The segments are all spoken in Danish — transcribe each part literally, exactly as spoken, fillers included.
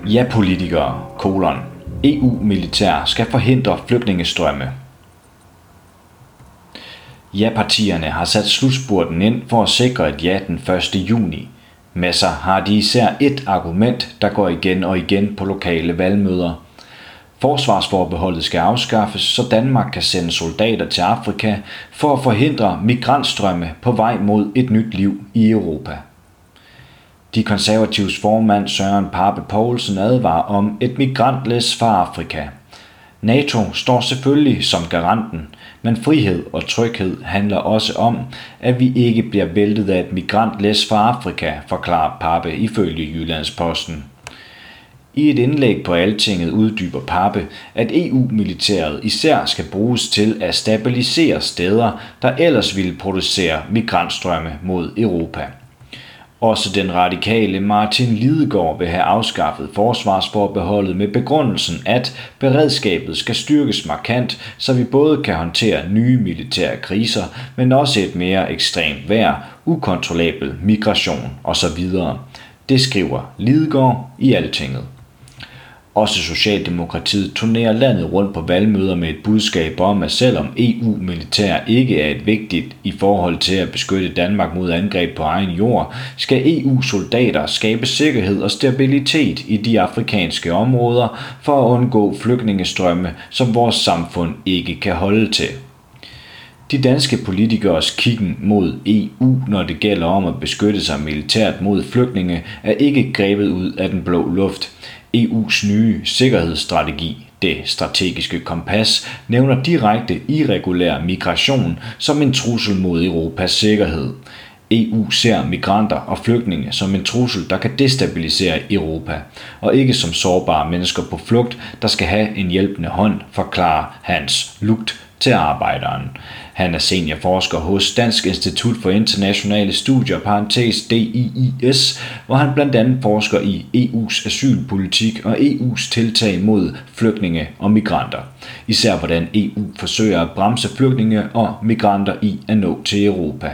Ja, politikere, kolon. E U-militær skal forhindre flygtningestrømme. Ja-partierne har sat slutspurten ind for at sikre et ja den første juni. Med sig har de især et argument, der går igen og igen på lokale valgmøder. Forsvarsforbeholdet skal afskaffes, så Danmark kan sende soldater til Afrika for at forhindre migrantstrømme på vej mod et nyt liv i Europa. De konservatives formand Søren Pape Poulsen advarer om et migrantlæs for Afrika. NATO står selvfølgelig som garanten, men frihed og tryghed handler også om, at vi ikke bliver væltet af et migrantlæs for Afrika, forklarer Pape ifølge Jyllandsposten. I et indlæg på Altinget uddyber Pape, at E U-militæret især skal bruges til at stabilisere steder, der ellers ville producere migrantstrømme mod Europa. Også den radikale Martin Lidegaard vil have afskaffet forsvarsforbeholdet med begrundelsen, at beredskabet skal styrkes markant, så vi både kan håndtere nye militære kriser, men også et mere ekstremt vejr, ukontrollabel migration osv. Det skriver Lidegaard i Altinget. Også Socialdemokratiet turnerer landet rundt på valgmøder med et budskab om, at selvom E U-militær ikke er et vigtigt i forhold til at beskytte Danmark mod angreb på egen jord, skal E U-soldater skabe sikkerhed og stabilitet i de afrikanske områder for at undgå flygtningestrømme, som vores samfund ikke kan holde til. De danske politikers kiggen mod E U, når det gælder om at beskytte sig militært mod flygtninge, er ikke grebet ud af den blå luft. E U's nye sikkerhedsstrategi, det strategiske kompas, nævner direkte irregulær migration som en trussel mod Europas sikkerhed. E U ser migranter og flygtninge som en trussel, der kan destabilisere Europa, og ikke som sårbare mennesker på flugt, der skal have en hjælpende hånd, forklarer Hans Lugt til Arbejderen. Han er seniorforsker hos Dansk Institut for Internationale Studier, parentes D I I S, hvor han blandt andet forsker i E U's asylpolitik og E U's tiltag mod flygtninge og migranter. Især hvordan E U forsøger at bremse flygtninge og migranter i at nå til Europa.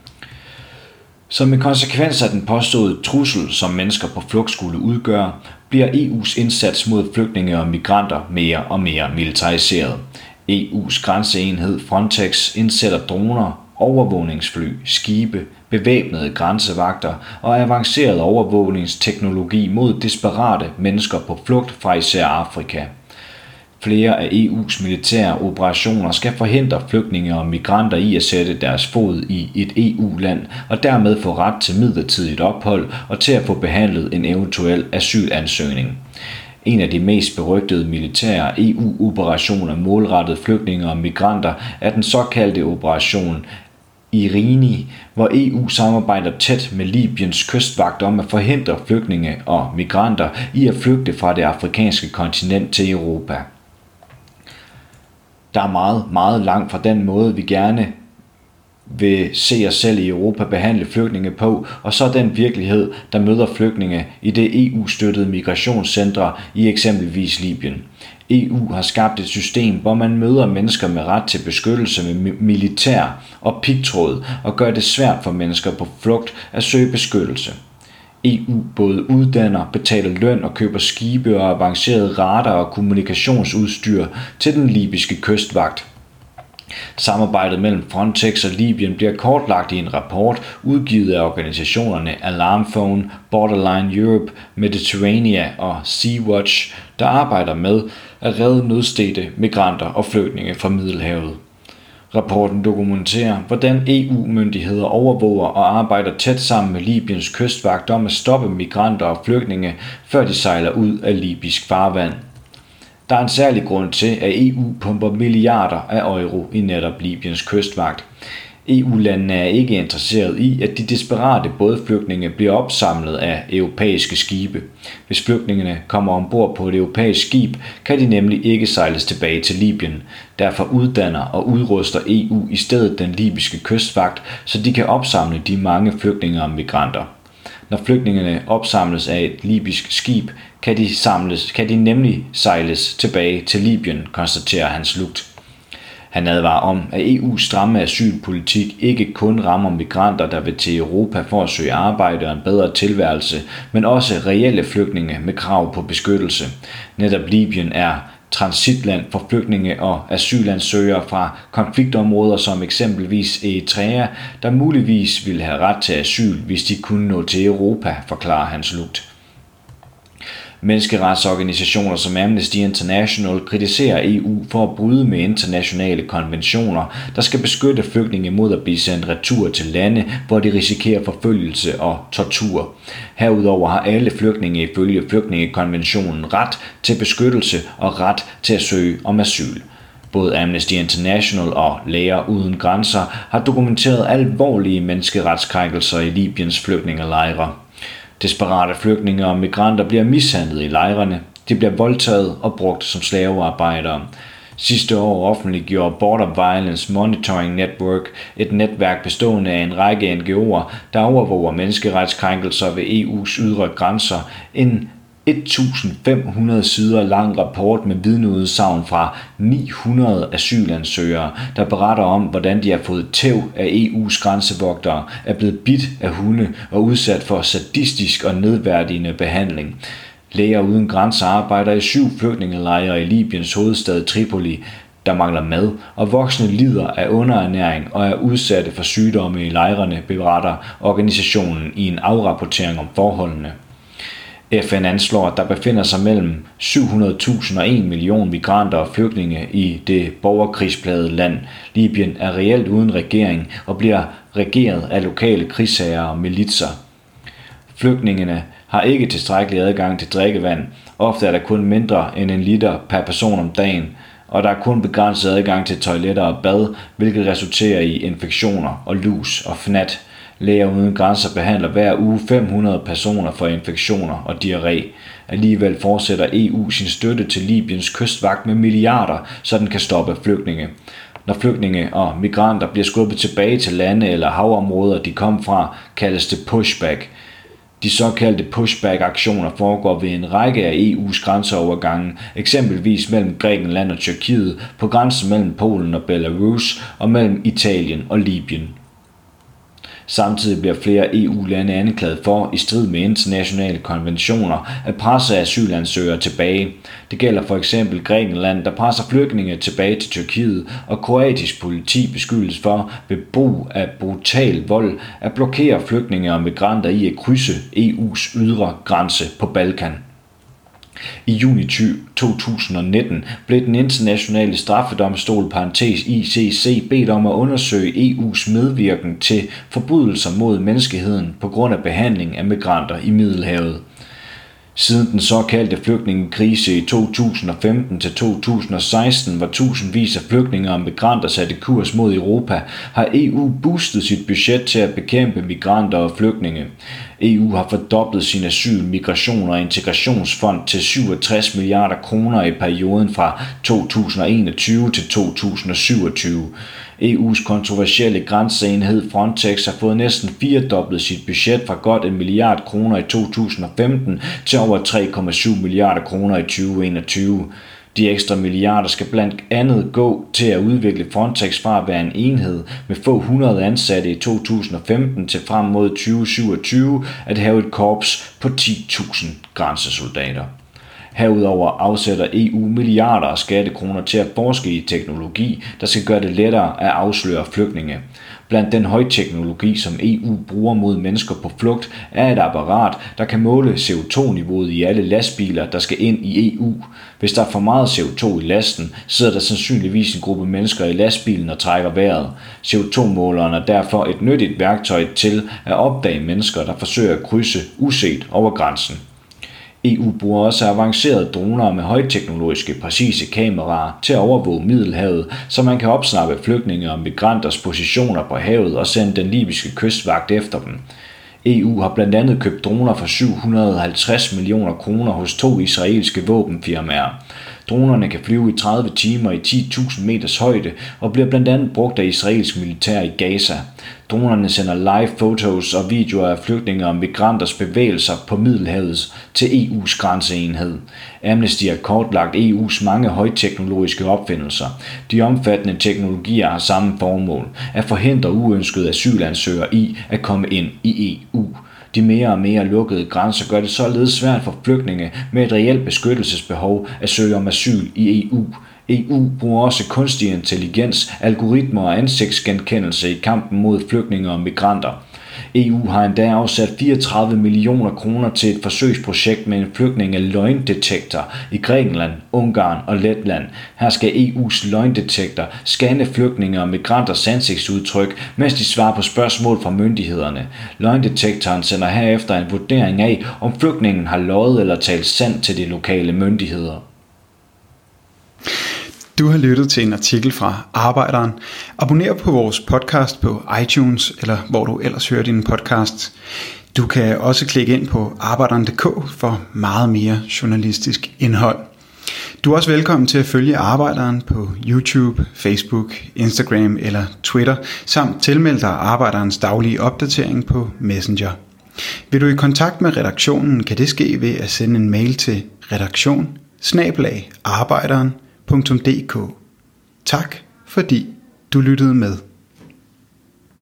Som en konsekvens af den påståede trussel, som mennesker på flugt skulle udgøre, bliver E U's indsats mod flygtninge og migranter mere og mere militariseret. E U's grænseenhed Frontex indsætter droner, overvågningsfly, skibe, bevæbnede grænsevagter og avanceret overvågningsteknologi mod desperate mennesker på flugt fra især Afrika. Flere af E U's militære operationer skal forhindre flygtninge og migranter i at sætte deres fod i et E U-land og dermed få ret til midlertidigt ophold og til at få behandlet en eventuel asylansøgning. En af de mest berygtede militære E U-operationer målrettet flygtninge og migranter er den såkaldte operation Irini, hvor E U samarbejder tæt med Libyens kystvagt om at forhindre flygtninge og migranter i at flygte fra det afrikanske kontinent til Europa. Der er meget, meget langt fra den måde, vi gerne vil se os selv i Europa behandle flygtninge på, og så den virkelighed, der møder flygtninge i det E U-støttede migrationscentre i eksempelvis Libyen. E U har skabt et system, hvor man møder mennesker med ret til beskyttelse med militær og pigtråd og gør det svært for mennesker på flugt at søge beskyttelse. E U både uddanner, betaler løn og køber skibe og avancerede radar og kommunikationsudstyr til den libyske kystvagt. Samarbejdet mellem Frontex og Libyen bliver kortlagt i en rapport udgivet af organisationerne Alarm Phone, Borderline Europe, Mediterranean og Sea-Watch, der arbejder med at redde nødstedte migranter og flygtninge fra Middelhavet. Rapporten dokumenterer, hvordan E U-myndigheder overvåger og arbejder tæt sammen med Libyens kystvagt om at stoppe migranter og flygtninge, før de sejler ud af libysk farvand. Der er en særlig grund til, at E U pumper milliarder af euro i netop Libyens kystvagt. E U-landene er ikke interesseret i, at de desperate bådflygtninge bliver opsamlet af europæiske skibe. Hvis flygtningene kommer ombord på et europæisk skib, kan de nemlig ikke sejles tilbage til Libyen. Derfor uddanner og udruster E U i stedet den libyske kystvagt, så de kan opsamle de mange flygtninge og migranter. Når flygtningene opsamles af et libysk skib, kan de, samles, kan de nemlig sejles tilbage til Libyen, konstaterer Hans Lugt. Han advarer om, at E U's stramme asylpolitik ikke kun rammer migranter, der vil til Europa for at søge arbejde og en bedre tilværelse, men også reelle flygtninge med krav på beskyttelse. Netop Libyen er transitland for flygtninge og asylansøgere fra konfliktområder som eksempelvis Eritrea, der muligvis ville have ret til asyl, hvis de kunne nå til Europa, forklarer han slut. Menneskeretsorganisationer som Amnesty International kritiserer E U for at bryde med internationale konventioner, der skal beskytte flygtninge mod at blive sendt retur til lande, hvor de risikerer forfølgelse og tortur. Herudover har alle flygtninge ifølge flygtningekonventionen ret til beskyttelse og ret til at søge om asyl. Både Amnesty International og Læger Uden Grænser har dokumenteret alvorlige menneskeretskrænkelser i Libyens flygtningelejre. Desperate flygtninge og migranter bliver mishandlet i lejrene. De bliver voldtaget og brugt som slavearbejdere. Sidste år offentliggjorde Border Violence Monitoring Network et netværk bestående af en række N G O'er, der overvåger menneskeretskrænkelser ved E U's ydre grænser. En et tusind fem hundrede sider lang rapport med vidneudsagn fra ni hundrede asylansøgere, der beretter om, hvordan de har fået tæv af E U's grænsevogtere, er blevet bidt af hunde og udsat for sadistisk og nedværdigende behandling. Læger Uden Grænser arbejder i syv flygtningelejre i Libyens hovedstad Tripoli, der mangler mad, og voksne lider af underernæring og er udsatte for sygdomme i lejrene, beretter organisationen i en afrapportering om forholdene. F N anslår, at der befinder sig mellem syv hundrede tusind og en million migranter og flygtninge i det borgerkrigsplagede land. Libyen er reelt uden regering og bliver regeret af lokale krigsherrer og militser. Flygtningene har ikke tilstrækkelig adgang til drikkevand. Ofte er der kun mindre end en liter per person om dagen, og der er kun begrænset adgang til toiletter og bad, hvilket resulterer i infektioner og lus og fnat. Læger Uden Grænser behandler hver uge fem hundrede personer for infektioner og diarré. Alligevel fortsætter E U sin støtte til Libyens kystvagt med milliarder, så den kan stoppe flygtninge. Når flygtninge og migranter bliver skubbet tilbage til lande eller havområder, de kom fra, kaldes det pushback. De såkaldte pushback-aktioner foregår ved en række af E U's grænseovergange, eksempelvis mellem Grækenland og Tyrkiet, på grænsen mellem Polen og Belarus og mellem Italien og Libyen. Samtidig bliver flere E U-lande anklaget for, i strid med internationale konventioner, at presse asylansøgere tilbage. Det gælder for eksempel Grækenland, der presser flygtninge tilbage til Tyrkiet, og kroatisk politi beskyldes for ved brug af brutal vold at blokere flygtninge og migranter i at krydse E U's ydre grænse på Balkan. I juni to tusind nitten blev den internationale straffedomstol parentes I C C bedt om at undersøge E U's medvirken til forbrydelser mod menneskeheden på grund af behandling af migranter i Middelhavet. Siden den såkaldte flygtningekrise i to tusind femten til to tusind seksten, hvor tusindvis af flygtninge og migranter satte kurs mod Europa, har E U boostet sit budget til at bekæmpe migranter og flygtninge. E U har fordoblet sin asyl-, migration- og integrationsfond til syvogtres milliarder kroner i perioden fra to tusind enogtyve til to tusind syvogtyve. E U's kontroversielle grænseenhed Frontex har fået næsten firedoblet sit budget fra godt en milliard kroner i to tusind femten til over tre komma syv milliarder kroner i tyve enogtyve. De ekstra milliarder skal blandt andet gå til at udvikle Frontex fra at være en enhed med få hundrede ansatte i to tusind femten til frem mod tyve syvogtyve at have et korps på ti tusind grænsesoldater. Herudover afsætter E U milliarder af skattekroner til at forske i teknologi, der skal gøre det lettere at afsløre flygtninge. Blandt den højteknologi, som E U bruger mod mennesker på flugt, er et apparat, der kan måle C O to niveauet i alle lastbiler, der skal ind i E U. Hvis der er for meget C O to i lasten, sidder der sandsynligvis en gruppe mennesker i lastbilen og trækker vejret. C O to måleren er derfor et nyttigt værktøj til at opdage mennesker, der forsøger at krydse uset over grænsen. E U bruger også avancerede droner med højteknologiske, præcise kameraer til at overvåge Middelhavet, så man kan opsnappe flygtninge og migranters positioner på havet og sende den libyske kystvagt efter dem. E U har blandt andet købt droner for syv hundrede og halvtreds millioner kroner hos to israelske våbenfirmaer. Dronerne kan flyve i tredive timer i ti tusind meters højde og bliver blandt andet brugt af israelsk militær i Gaza. Dronerne sender live fotos og videoer af flygtninge og migranters bevægelser på Middelhavet til E U's grænseenhed. Amnesty har kortlagt E U's mange højteknologiske opfindelser. De omfattende teknologier har samme formål: at forhindre uønskede asylansøgere i at komme ind i E U. De mere og mere lukkede grænser gør det således svært for flygtninge med et reelt beskyttelsesbehov at søge om asyl i E U. E U bruger også kunstig intelligens, algoritmer og ansigtsgenkendelse i kampen mod flygtninge og migranter. E U har endda afsat fireogtredive millioner kroner til et forsøgsprojekt med en flygtninge-løgndetektor i Grækenland, Ungarn og Letland. Her skal E U's løgndetektor scanne flygtninge og migranters ansigtsudtryk, mens de svarer på spørgsmål fra myndighederne. Løgndetektoren sender herefter en vurdering af, om flygtningen har løjet eller talt sandt til de lokale myndigheder. Du har lyttet til en artikel fra Arbejderen. Abonner på vores podcast på iTunes, eller hvor du ellers hører dine podcasts. Du kan også klikke ind på arbejderen punktum d k for meget mere journalistisk indhold. Du er også velkommen til at følge Arbejderen på YouTube, Facebook, Instagram eller Twitter, samt tilmelde dig Arbejderens daglige opdatering på Messenger. Vil du i kontakt med redaktionen, kan det ske ved at sende en mail til redaktion bindestreg arbejderen punktum d k. Tak fordi du lyttede med.